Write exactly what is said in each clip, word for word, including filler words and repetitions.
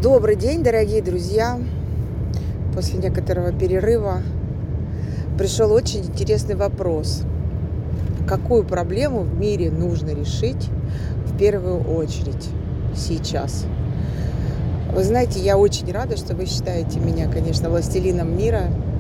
Добрый день, дорогие друзья! После некоторого перерыва пришел очень интересный вопрос. Какую проблему в мире нужно решить в первую очередь сейчас? Вы знаете, я очень рада, что вы считаете меня, конечно, властелином мира.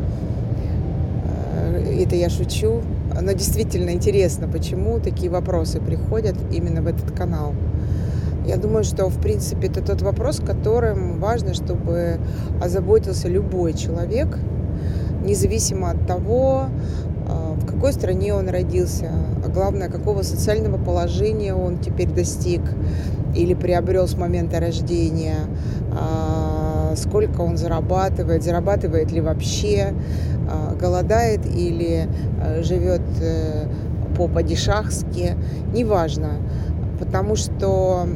Это я шучу. Но действительно интересно, почему такие вопросы приходят именно в этот канал. Я думаю, что, в принципе, это тот вопрос, которым важно, чтобы озаботился любой человек, независимо от того, в какой стране он родился, а главное, какого социального положения он теперь достиг или приобрел с момента рождения, сколько он зарабатывает, зарабатывает ли вообще, голодает или живет по-падишахски, неважно, потому что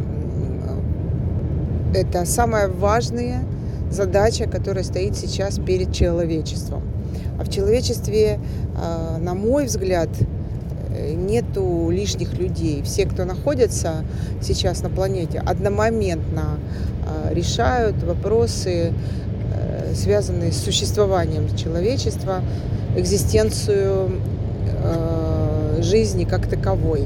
это самая важная задача, которая стоит сейчас перед человечеством. А в человечестве, на мой взгляд, нету лишних людей. Все, кто находится сейчас на планете, одномоментно решают вопросы, связанные с существованием человечества, экзистенцию жизни как таковой.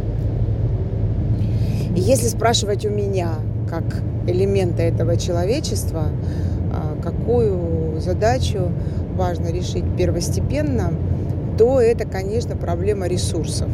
И если спрашивать у меня, как элемента этого человечества, какую задачу важно решить первостепенно, то это, конечно, проблема ресурсов.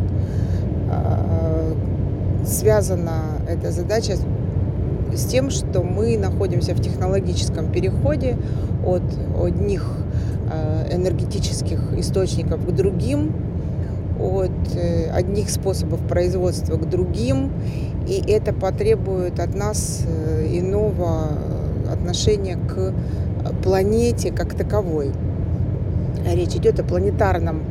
Связана эта задача с тем, что мы находимся в технологическом переходе от одних энергетических источников к другим, от одних способов производства к другим, и это потребует от нас иного отношения к планете как таковой. Речь идет о планетарном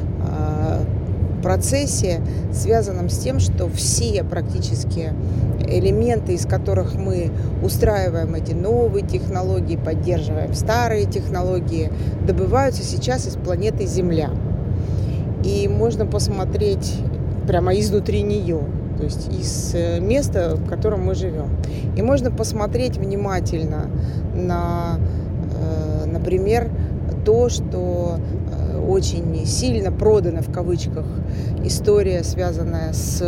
процессе, связанном с тем, что все практически элементы, из которых мы устраиваем эти новые технологии, поддерживаем старые технологии, добываются сейчас из планеты Земля. И можно посмотреть прямо изнутри нее, то есть из места, в котором мы живем. И можно посмотреть внимательно на, например, то, что очень сильно продана в кавычках история, связанная с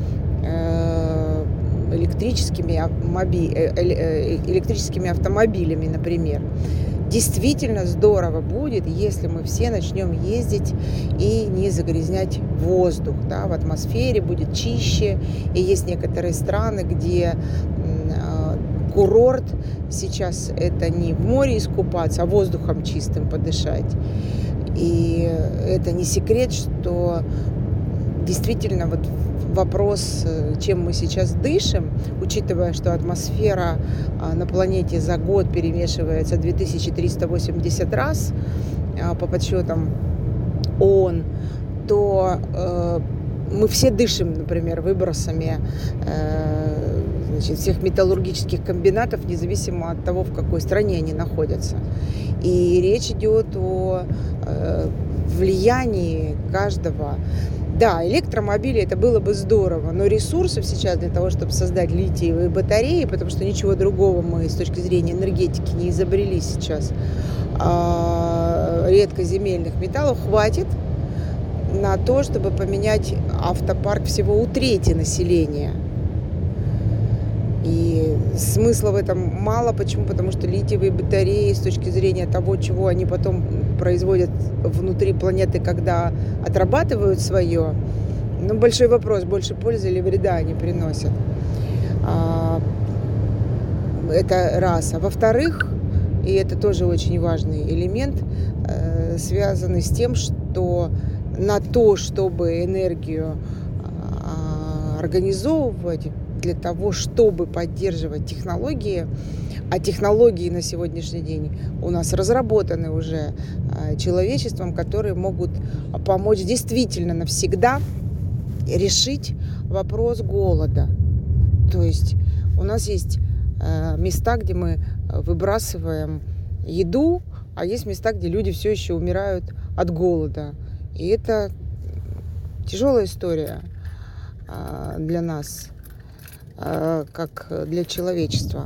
электрическими, электрическими автомобилями, например. Действительно здорово будет, если мы все начнем ездить и не загрязнять воздух. Да? В атмосфере будет чище. И есть некоторые страны, где курорт сейчас это не в море искупаться, а воздухом чистым подышать. И это не секрет, что действительно вот вопрос, чем мы сейчас дышим, учитывая, что атмосфера на планете за год перемешивается две тысячи триста восемьдесят раз по подсчетам ООН, то э, мы все дышим, например, выбросами э, значит, всех металлургических комбинатов, независимо от того, в какой стране они находятся. И речь идет о э, влиянии каждого. Да, электромобили это было бы здорово, но ресурсов сейчас для того, чтобы создать литиевые батареи, потому что ничего другого мы с точки зрения энергетики не изобрели сейчас, редкоземельных металлов хватит на то, чтобы поменять автопарк всего у трети населения. И смысла в этом мало. Почему? Потому что литиевые батареи с точки зрения того, чего они потом производят внутри планеты, когда отрабатывают свое, ну, большой вопрос, больше пользы или вреда они приносят. Это раз. А во-вторых, и это тоже очень важный элемент, связанный с тем, что на то, чтобы энергию организовывать, для того, чтобы поддерживать технологии, а технологии на сегодняшний день у нас разработаны уже человечеством, которые могут помочь действительно навсегда решить вопрос голода. То есть у нас есть места, где мы выбрасываем еду, а есть места, где люди все еще умирают от голода. И это тяжелая история для нас, как для человечества.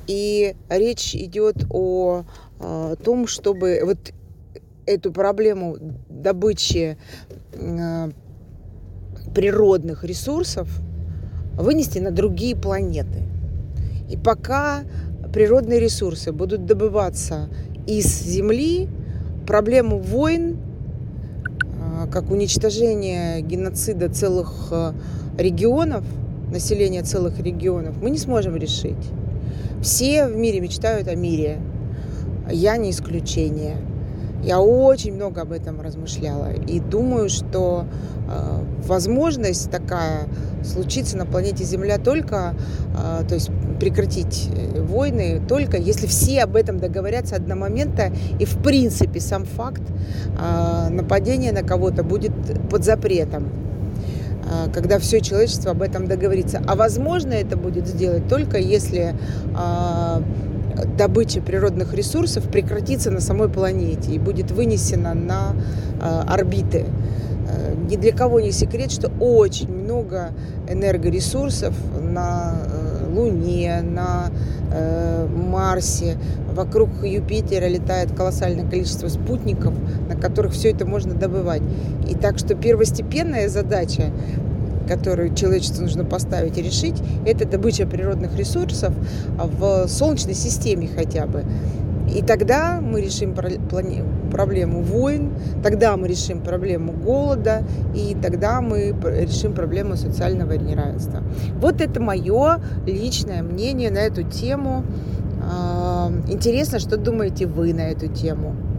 И речь идет о, о том, чтобы вот эту проблему добычи э, природных ресурсов вынести на другие планеты. И пока природные ресурсы будут добываться из Земли, проблему войн, как уничтожение, геноцида целых регионов, населения целых регионов, мы не сможем решить. Все в мире мечтают о мире. Я не исключение. Я очень много об этом размышляла. И думаю, что э, возможность такая случится на планете Земля только, э, то есть прекратить войны, только если все об этом договорятся одномоментно. И в принципе сам факт э, нападения на кого-то будет под запретом, э, когда все человечество об этом договорится. А возможно это будет сделать только если... Э, добыча природных ресурсов прекратится на самой планете и будет вынесена на э, орбиты. Э, ни для кого не секрет, что очень много энергоресурсов на э, Луне, на э, Марсе. Вокруг Юпитера летает колоссальное количество спутников, на которых все это можно добывать. И так что первостепенная задача, которую человечеству нужно поставить и решить, это добыча природных ресурсов в Солнечной системе хотя бы. И тогда мы решим проблему войн, тогда мы решим проблему голода, и тогда мы решим проблему социального неравенства. Вот это мое личное мнение на эту тему. Интересно, что думаете вы на эту тему.